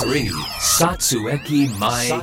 3. Satsueki My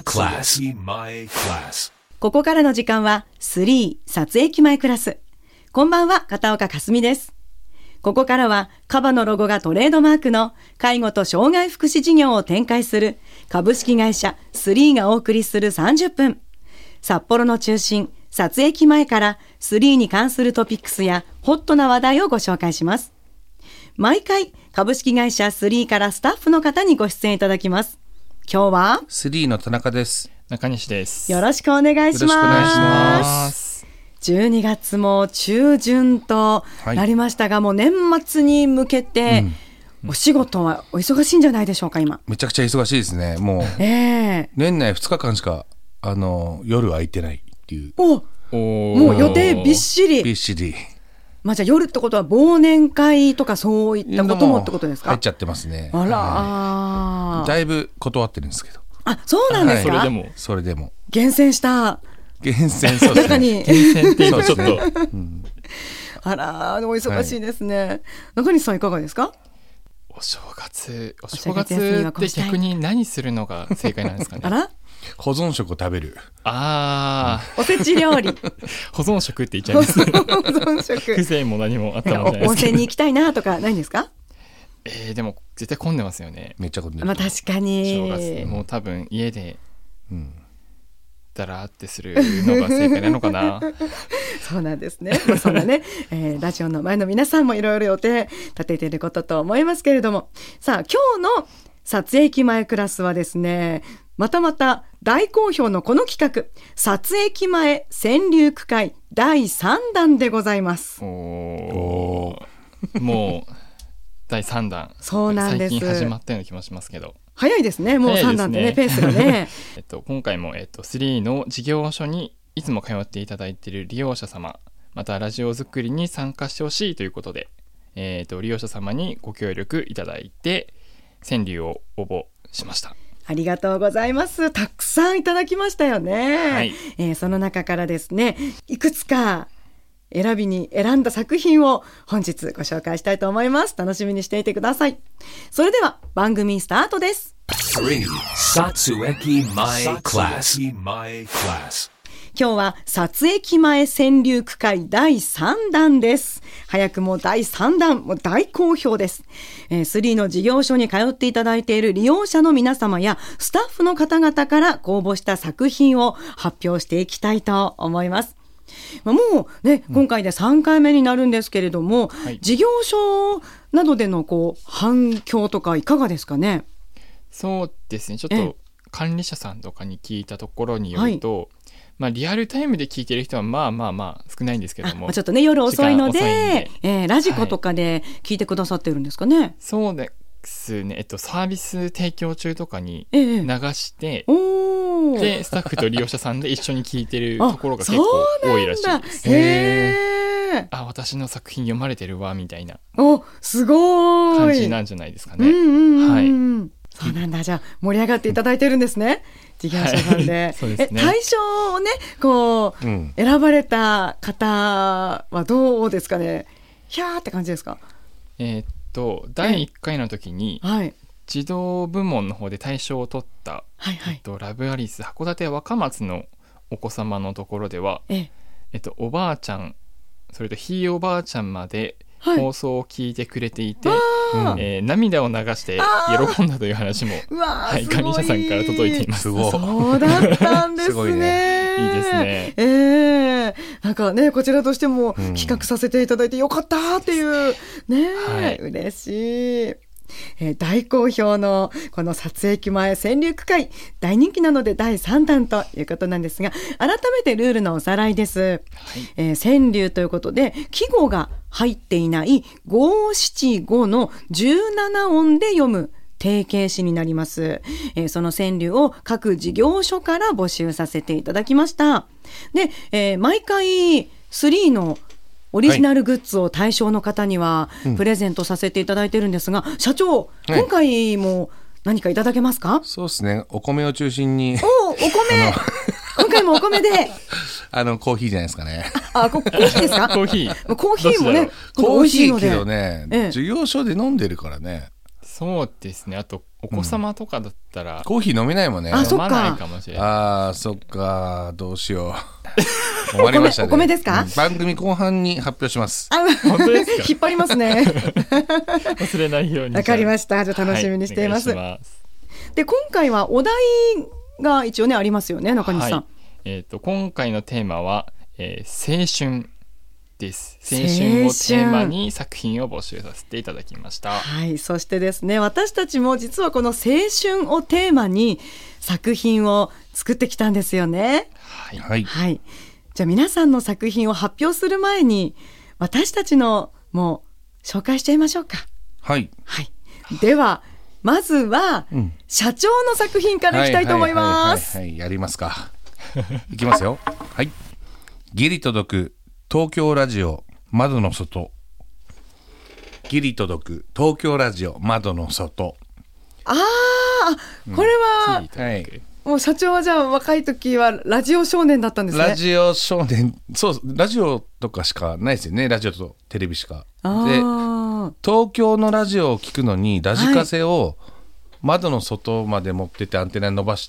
Class。 ここからの時間は3撮影前クラス。こんばんは、片岡かすみです。ここからはカバのロゴがトレードマークの介護と障害福祉事業を展開する株式会社3がお送りする30分。札幌の中心、撮影前から3に関するトピックスやホットな話題をご紹介します。毎回株式会社3からスタッフの方にご出演いただきます。今日は 3の田中です。 中西です。 よろしくお願いします。 よろしくお願いします。 12月も中旬となりましたが、もう年末に向けて、お仕事はお忙しいんじゃないでしょうか。今めちゃくちゃ忙しいですね。もう、年内2日間しか夜空いてないっていう。もう予定びっしり。まあ、じゃあ夜ってことは忘年会とかそういったこともってことですか。 入っちゃってますね。 あら、 だいぶ断ってるんですけど。 あ、そうなんですか。 それでも厳選したそうですね。 中に厳選っていうとちょっと、 あら、お忙しいですね。中西さんいかがですか。 お正月って逆に何するのが正解なんですかね。 あら、 保存食を食べる。 おせち料理。 保存食って言っちゃいます。 保存食。 不正も何もあったもんじゃないですか。 温泉に行きたいなとかないんですか。 でも絶対混んでますよね。 めっちゃ混んでる。 まあ確かに。 正月もう多分家でだらーってするのが正解なのかな。 そうなんですね。まあ、そんなね、ラジオの前の皆さんもいろいろ予定立てていることと思いますけれども、さあ今日の撮影前クラスはですね、また大好評のこの企画、撮影前川柳句会第3弾でございます。 もう第3弾。 そうなんです。 最近始まったような気もしますけど。 早いですね。もう3弾ってね、ペースがね。 今回も3の事業所にいつも通っていただいている利用者様、またラジオ作りに参加してほしいということで、利用者様にご協力いただいて川柳を応募しました。 ありがとうございます。たくさんいただきましたよね。 はい。 その中からですね、いくつか選んだ作品を本日ご紹介したいと思います。楽しみにしていてください。それでは番組スタートです。 3. Satsueki My Class。 今日は撮影前川柳句会第3弾です。早くも第3弾、もう大好評です。3の事業所に通っていただいている利用者の皆様やスタッフの方々から公募した作品を発表していきたいと思います。もうね、今回で3回目になるんですけれども、事業所などでの反響とかいかがですかね。 そうですね、ちょっと管理者さんとかに聞いたところによると、リアルタイムで聞いてる人はまあ少ないんですけども、 ちょっとね夜遅いのでラジコとかで聞いてくださってるんですかね。 そうですね、サービス提供中とかに流して、でスタッフと利用者さんで一緒に聞いてるところが結構多いらしいです。私の作品読まれてるわみたいなすごい感じなんじゃないですかね。 そうなんだ。じゃあ盛り上がっていただいてるんですね、事業者さんで。 そうですね。 対象をね選ばれた方はどうですかね。ひゃーって感じですか。 第1回の時に、児童部門の方で大賞を取った、ラブアリス函館若松のお子様のところでは、おばあちゃんそれとひいおばあちゃんまで放送を聞いてくれていて、涙を流して喜んだという話も、管理者さんから届いています。 そうだったんですね。 いいですね。 なんかね、こちらとしても企画させていただいてよかったっていうね、嬉しい。大好評のこの撮影前川柳句会、大人気なので第3弾ということなんですが、改めてルールのおさらいです。川柳ということで季語が入っていない五七五の17音で読む定型詩になります。その川柳を各事業所から募集させていただきました。で、毎回3のオリジナルグッズを対象の方にはプレゼントさせていただいてるんですが、社長、今回も何かいただけますか。 そうですね、お米を中心に。 お米今回もお米でコーヒーじゃないですかね。 コーヒーですか。 コーヒーもねコーヒーけどね、事業所で飲んでるからね。 そうですね。あとお子様とかだったら、 コーヒー飲めないもんね。 飲まないかもしれない。 そっか、どうしよう。終わりましたね。 お米ですか？ 番組後半に発表します。 本当ですか？ 引っ張りますね。 忘れないように。 わかりました。じゃあ楽しみにしています。 はい、 で、今回はお題が一応ねありますよね、中西さん。 はい、今回のテーマは、青春です。青春をテーマに作品を募集させていただきました。 はい、そしてですね、私たちも実はこの青春をテーマに作品を作ってきたんですよね。 はい、 はい、じゃあ皆さんの作品を発表する前に私たちのもう紹介しちゃいましょうか。 はい、 はい、ではまずは、社長の作品からいきたいと思います。 はい、やりますか。いきますよ。はい、ギリ届く東京ラジオ窓の外。ギリ届く東京ラジオ窓の外。 これは、はい、もう社長はじゃあ若い時はラジオ少年だったんですね。 ラジオ少年、そう、ラジオとかしかないですよね。ラジオとテレビしか。で、東京のラジオを聞くのにラジカセを窓の外まで持ってってアンテナ伸ばして、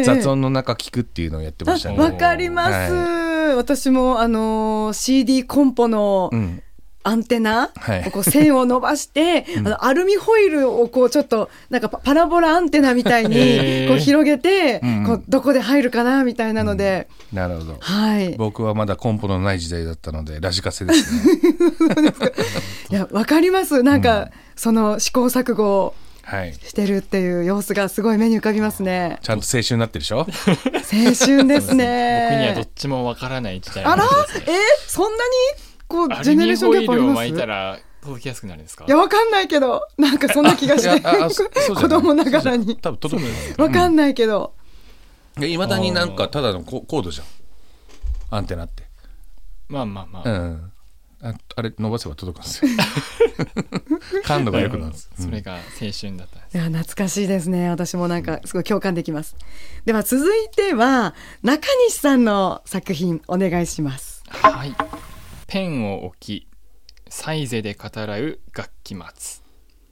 雑音の中聞くっていうのをやってましたね。 わかります。はい、私もCD コンポの、アンテナをこう線を伸ばして、アルミホイルをこうちょっとなんかパラボラアンテナみたいにこう広げて、こうどこで入るかなみたいなので、 なるほど、 はい、 僕はまだコンポのない時代だったのでラジカセですね。 そうですか。いや、わかります。なんか、その試行錯誤をしてるっていう様子がすごい目に浮かびますね。 ちゃんと青春になってるでしょ。青春ですね。 僕にはどっちもわからない時代なんですね。そんなにこうジェネレーションギャップあります？アルミホイルを巻いたら届きやすくなるんですか？ いや、わかんないけど、なんかそんな気がして子供ながらに多分届くんです。 わかんないけど、 いまだになんかただのコードじゃん、アンテナって。 まあ、 あれ伸ばせば届くんですよ。感度が良くなるんです。 それが青春だったんです。 いや、懐かしいですね。私もなんかすごい共感できます。では続いては中西さんの作品お願いします。 はい、ペンを置きサイゼで語らう楽器松。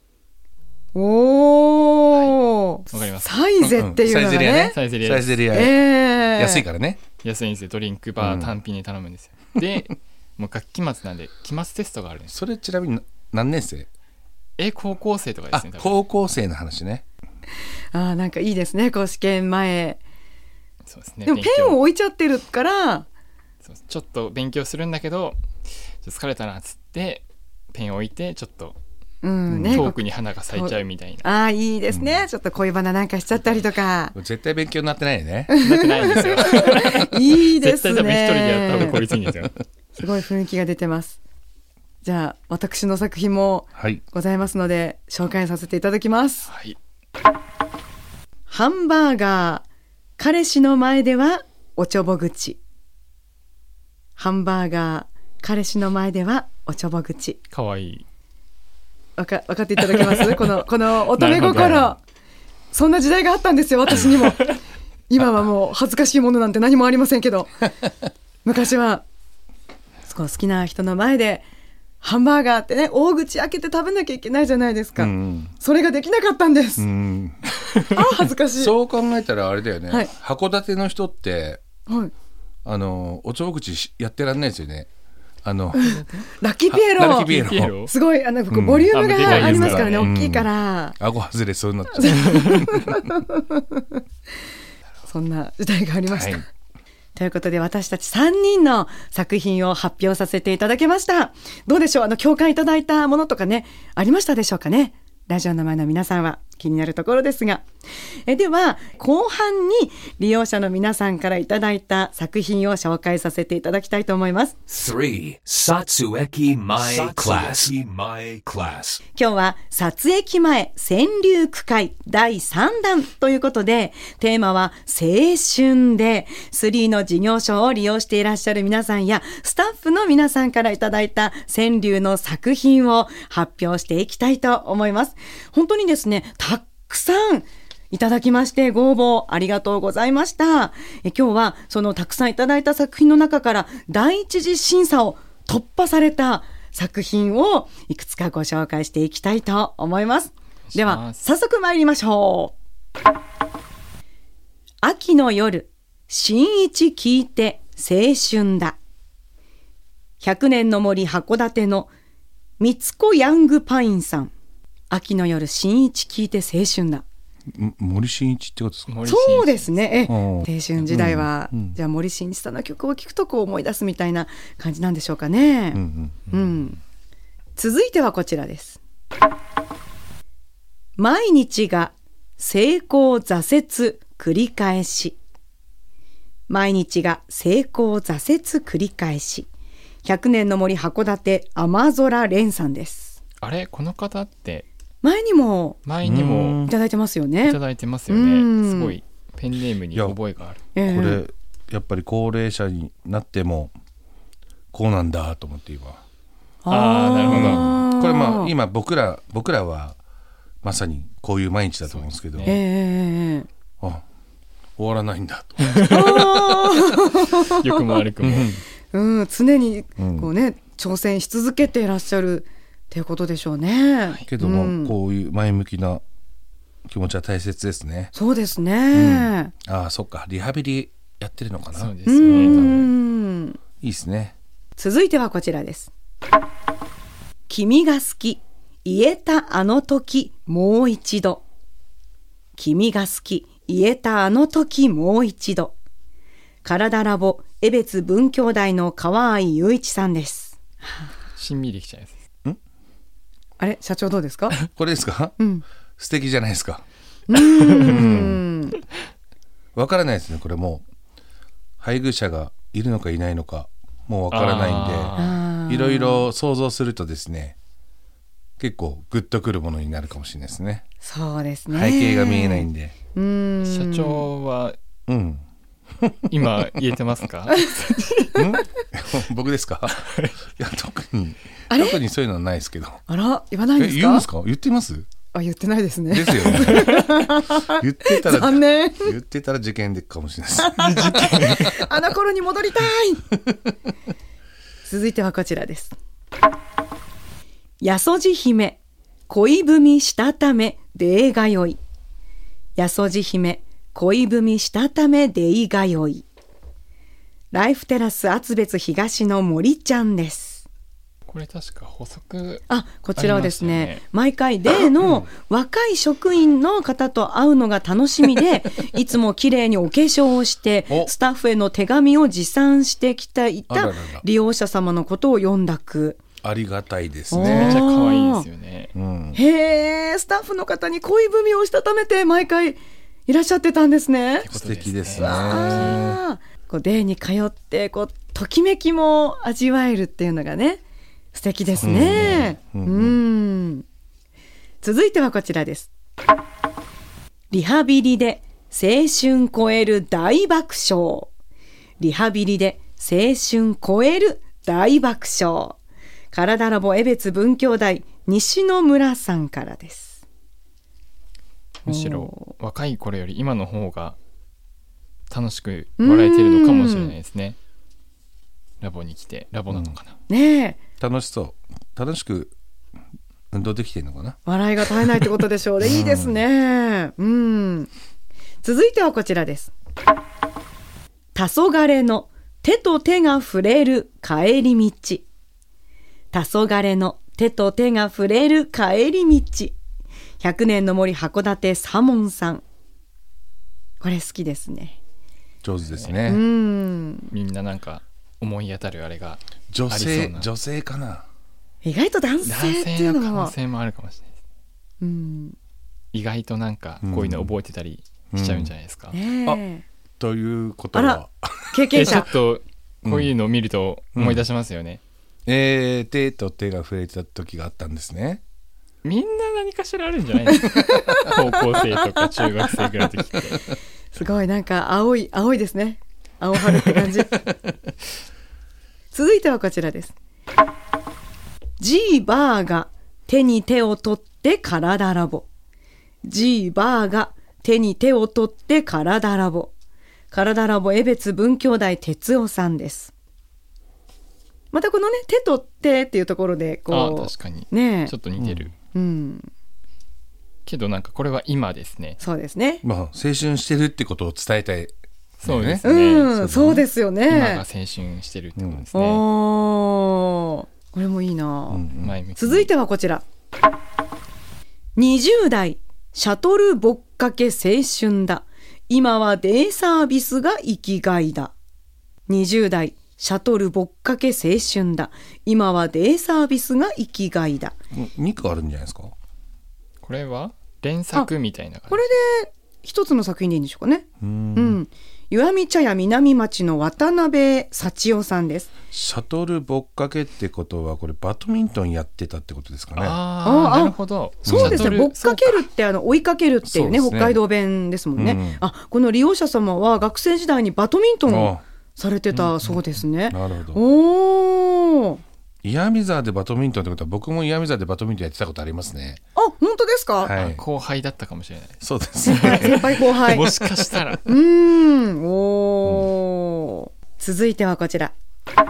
おー、 わかります。 サイゼっていうのがね、 サイゼリア、安いからね。 安いんですよ。ドリンクバー単品に頼むんですよ。でもう楽器松なんで期末テストがあるんです。 それちなみに何年生？ 高校生とかですね。 高校生の話ね。 なんかいいですね、こう試験前。 そうですね。 でもペンを置いちゃってるからちょっと勉強するんだけどちょっと疲れたなっつってペンを置いてちょっと遠くに花が咲いちゃうみたいな。 いいですね、ちょっと恋バナなんかしちゃったりとか。 絶対勉強になってないよね。 なってないんですよ。 いいですね。 絶対多分一人でやった方が効率いいんですよ。 すごい雰囲気が出てます。じゃあ私の作品もございますので、紹介させていただきます。 はい、 ハンバーガー彼氏の前ではおちょぼ口。ハンバーガー彼氏の前ではおちょぼ口。 かわいい。 分かっていただけます？この乙女心。そんな時代があったんですよ、私にも。今はもう恥ずかしいものなんて何もありませんけど、昔は好きな人の前でハンバーガーってね、大口開けて食べなきゃいけないじゃないですか。それができなかったんです。恥ずかしい。 そう考えたらあれだよね、函館の人って、おちょぼ口やってらんないですよね。 ラッキーピエロすごいボリュームがありますからね、大きいから顎外れそうになっちゃう。 そんな時代がありました。ということで私たち3人の作品を発表させていただきました。どうでしょう、共感いただいたものとかね、ありましたでしょうかね。ラジオの前の皆さんは気になるところですが、では後半に利用者の皆さんからいただいた作品を紹介させていただきたいと思います。 3. Satsueki My Class。 今日は撮影前川柳句会第3弾ということで、テーマは青春で、3の事業所を利用していらっしゃる皆さんやスタッフの皆さんからいただいた川柳の作品を発表していきたいと思います。本当にですね、たくさんいただきましてご応募ありがとうございました。今日はそのたくさんいただいた作品の中から第一次審査を突破された作品をいくつかご紹介していきたいと思います。 では早速参りましょう。秋の夜、新一聞いて青春だ。100年の森函館の三子ヤングパインさん。秋の夜、新一聞いて青春だ。 森進一ってことですか？ そうですね。青春時代は、じゃあ森進一さんの曲を聴くとこう思い出すみたいな感じなんでしょうかね。続いてはこちらです。毎日が成功挫折繰り返し。毎日が成功挫折繰り返し。100年の森函館天空蓮さんです。 あれ、この方って前にもいただいてますよね。 いただいてますよね。すごいペンネームに覚えがある。 これやっぱり高齢者になってもこうなんだと思って今。 なるほど。これ今僕らはまさにこういう毎日だと思うんですけど、終わらないんだと。 良くも悪くも、 常にこうね、挑戦し続けていらっしゃるっていうことでしょうね。 けども、こういう前向きな気持ちは大切ですね。 そうですね。 そっか、リハビリやってるのかな。 そうですよね。 いいですね。 続いてはこちらです。君が好き、言えたあの時もう一度。君が好き、言えたあの時もう一度。体ラボ江別文教大の川合雄一さんです。 しんみりきちゃいます。 あれ、社長どうですか？ これですか？素敵じゃないですか。わからないですね。これもう配偶者がいるのかいないのかもうわからないんで、いろいろ想像するとですね、結構グッとくるものになるかもしれないですね。 そうですね。 背景が見えないんで。 社長は今言えてますか？ 僕ですか？いや、特にそういうのはないですけど。 あら、言わないんですか？ 言うんですか？言ってます？ 言ってないですね。 ですよね。言ってたら残念。 言ってたら事件でかもしれないです。 あの頃に戻りたい。続いてはこちらです。やそじ姫恋文したためでいがよい。やそじ姫恋文したためでいがよい。ライフテラス厚別東の森ちゃんです。 これ確か補足こちらはですね、毎回例の若い職員の方と会うのが楽しみでいつも綺麗にお化粧をしてスタッフへの手紙を持参してきていた利用者様のことを読んだ句。 ありがたいですね。 めっちゃ可愛いですよね。 へー、スタッフの方に恋文をしたためて毎回いらっしゃってたんですね。 素敵ですね。 こうデーに通ってこうときめきも味わえるっていうのがね、素敵ですね。続いてはこちらです。リハビリで青春超える大爆笑。リハビリで青春超える大爆笑。体ラボ江別文教大西野村さんからです。 むしろ若い頃より今の方が楽しく笑えてるのかもしれないですね。ラボに来て、ラボなのかな、 ねえ、 楽しく運動できてるのかな。 笑いが絶えないってことでしょうね。いいですね。続いてはこちらです。黄昏の手と手が触れる帰り道。黄昏の手と手が触れる帰り道。100年の森函館左門さん。これ好きですね。 上手ですね。 みんななんか思い当たるあれがありそうな。 女性かな。 意外と男性っていうのも男性の可能性もあるかもしれないです。意外となんかこういうの覚えてたりしちゃうんじゃないですか。 ということは経験者ちょっとこういうのを見ると思い出しますよね。 手と手が触れてた時があったんですね。 みんな何かしらあるんじゃないですか。高校生とか中学生ぐらいの時って。 すごいなんか青いですね。青春って感じ。続いてはこちらです。ジーバーが手に手を取って体ラボ。ジーバーが手に手を取って体ラボ。体ラボ江別文教大哲夫さんです。またこのね、手と手っていうところでこう確かに、 ね、 ちょっと似てる。 けどなんかこれは今ですね。 そうですね。 まあ青春してるってことを伝えたい。 そうですね。 そうですよね。 今が青春してるってことですね。 これもいいな、続いてはこちら。20代シャトルぼっかけ青春だ。今はデイサービスが生きがいだ。20代シャトルぼっかけ青春だ。今はデイサービスが生きがいだ。 2個あるんじゃないですか。 これは連作みたいな感じ。 これで一つの作品でいいんでしょうかね。石見茶屋南町の渡辺幸男さんです。 シャトルぼっかけってことはこれバドミントンやってたってことですかね。 なるほど。 そうですね。ぼっかけるって追いかけるっていうね、北海道弁ですもんね。この利用者様は学生時代にバドミントンをされてたそうですね。 なるほど。岩見沢でバドミントンってことは僕も岩見沢でバドミントンやってたことありますね。 本当ですか。 後輩だったかもしれない。 そうですね。 先輩後輩もしかしたら。 続いてはこちら。青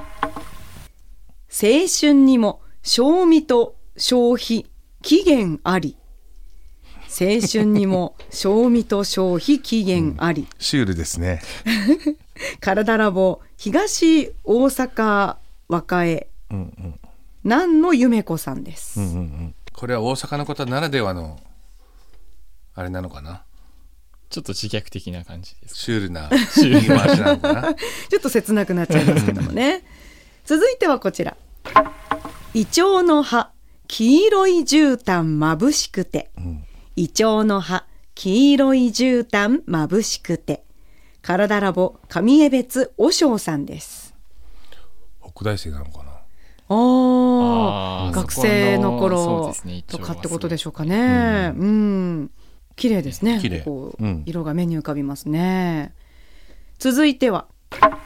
春にも賞味と消費期限あり。青春にも賞味と消費期限あり。 シュールですね。 体ラボ東大阪和歌江南野夢子さんです。 これは大阪の方ならではのあれなのかな。 ちょっと自虐的な感じです。 シュールな言い回しなのかな。 ちょっと切なくなっちゃいますけどもね。続いてはこちら。イチョウの葉黄色い絨毯眩しくて、イチョウの葉黄色い絨毯眩しくて。体ラボ上江別和尚さんです。 北大生なのかな。 学生の頃とかってことでしょうかね。綺麗ですね。色が目に浮かびますね。続いては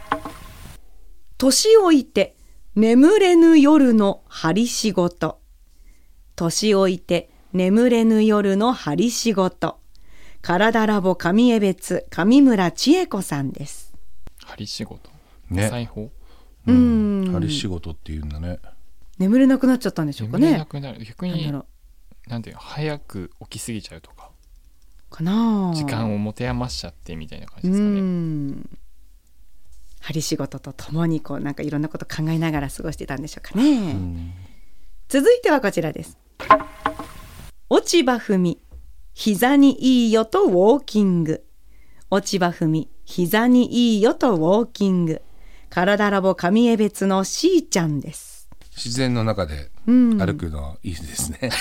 年老いて眠れぬ夜の針仕事。年老いて眠れぬ夜の針仕事。体ラボ上江別上村千恵子さんです。 針仕事、 裁縫、 針仕事っていうんだね。 眠れなくなっちゃったんでしょうかね。 眠れなくなる。逆になんていうの、早く起きすぎちゃうとかかな。 時間を持て余しちゃってみたいな感じですかね。 針仕事とともになんかいろんなこと考えながら過ごしてたんでしょうかね。続いてはこちらです。落ち葉踏み膝にいいよとウォーキング。落ち葉踏み膝にいいよとウォーキング。体ラボ上江別のしーちゃんです。 自然の中で歩くのはいいですね。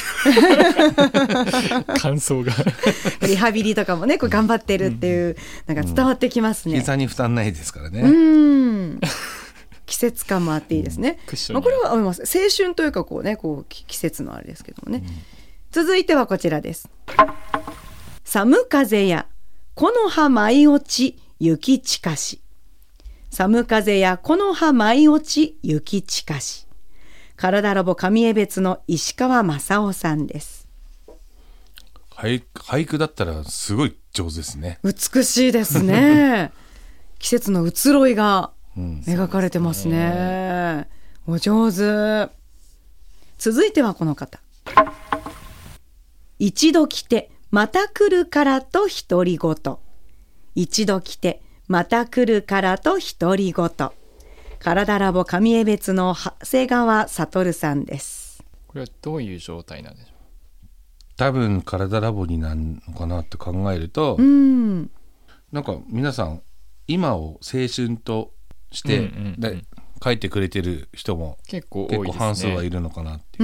感想がリハビリとかもね頑張ってるっていうなんか伝わってきますね。 膝に負担ないですからね。 季節感もあっていいですね。これは思います。青春というか季節のあれですけどもね。続いてはこちらです。寒風や木の葉舞い落ち雪近し。寒風や木の葉舞い落ち雪近し。体ラボ上江別の石川正夫さんです。 俳句だったらすごい上手ですね。 美しいですね。季節の移ろいが描かれてますね。お上手。続いてはこの方。一度来てまた来るからと独り言。一度来てまた来るからと独り言。体ラボ上江別の長谷川悟さんです。 これはどういう状態なんでしょう。 多分体ラボになるのかなって考えると、なんか皆さん今を青春として書いてくれてる人も結構多いですね。 半数はいるのかなっていう。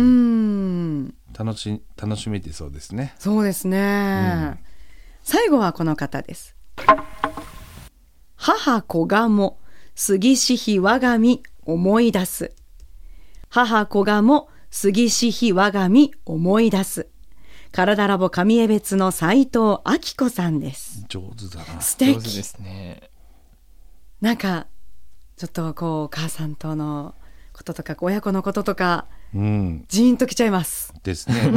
楽しめてそうですね。 そうですね。最後はこの方です。母子がも杉し日我が身思い出す。母子がも杉し日我が身思い出す。体ラボ上江別の斉藤明子さんです。 上手だな。 素敵。 上手ですね。 なんかちょっとお母さんとのこととか親子のこととか、ジーンときちゃいますですね。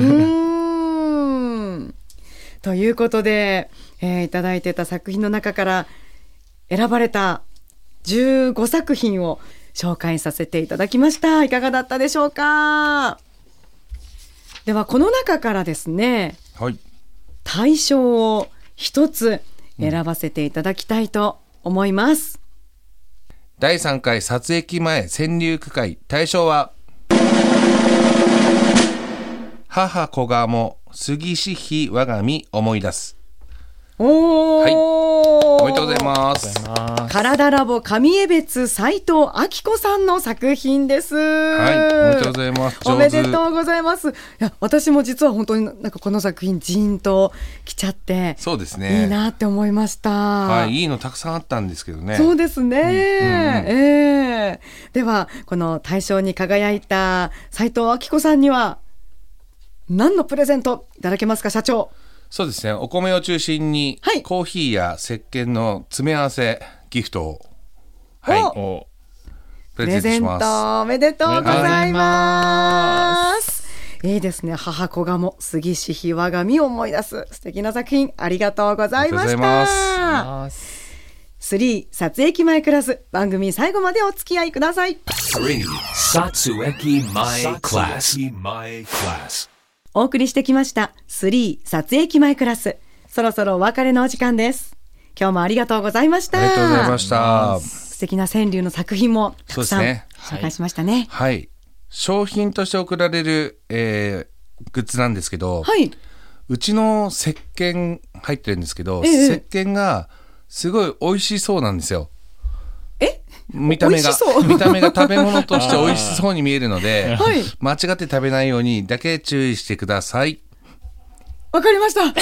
ということで、いただいてた作品の中から選ばれた15作品を紹介させていただきました。いかがだったでしょうか。ではこの中からですね、 はい、 大賞を一つ選ばせていただきたいと思います。 第3回撮影前川柳区会大賞は母子がも杉氏日我が身思い出す。 おー、 はい、おめでとうございます。 体ラボ上江別斉藤明子さんの作品です。 はい、おめでとうございます。 おめでとうございます。いや、私も実は本当になんかこの作品ジーンときちゃって、 そうですね、 いいなって思いました。 はい、いいのたくさんあったんですけどね。 そうですね、ではこの大賞に輝いた斉藤明子さんには何のプレゼントいただけますか、社長。 そうですね、お米を中心に、 はい、 コーヒーや石鹸の詰め合わせギフトを、はい、プレゼントします。 プレゼントおめでとうございます。いいですね。母子がも杉氏日我が身を思い出す素敵な作品ありがとうございました。3撮影機前クラス、番組最後までお付き合いください。 3撮影前クラス。 お送りしてきました3撮影機前クラス、そろそろお別れのお時間です。今日もありがとうございました。 ありがとうございました。 素敵な川柳の作品もたくさん紹介しましたね。 はい、商品として贈られる、グッズなんですけど、 はい、 うちの石鹸入ってるんですけど、石鹸がすごい美味しそうなんですよ。見た目が食べ物として美味しそうに見えるので、 はい、 間違って食べないようにだけ注意してください。 わかりました。はい、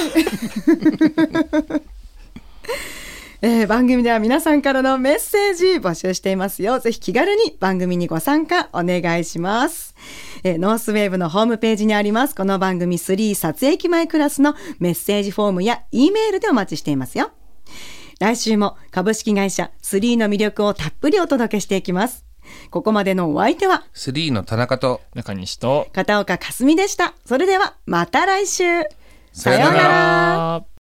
番組では皆さんからのメッセージ募集していますよ。ぜひ気軽に番組にご参加お願いします。ノースウェーブのホームページにありますこの番組3撮影機前クラスのメッセージフォームや E メールでお待ちしていますよ。来週も株式会社3の魅力をたっぷりお届けしていきます。ここまでのお相手は 3の田中と中西と片岡かすみでした。それではまた来週。 さようなら。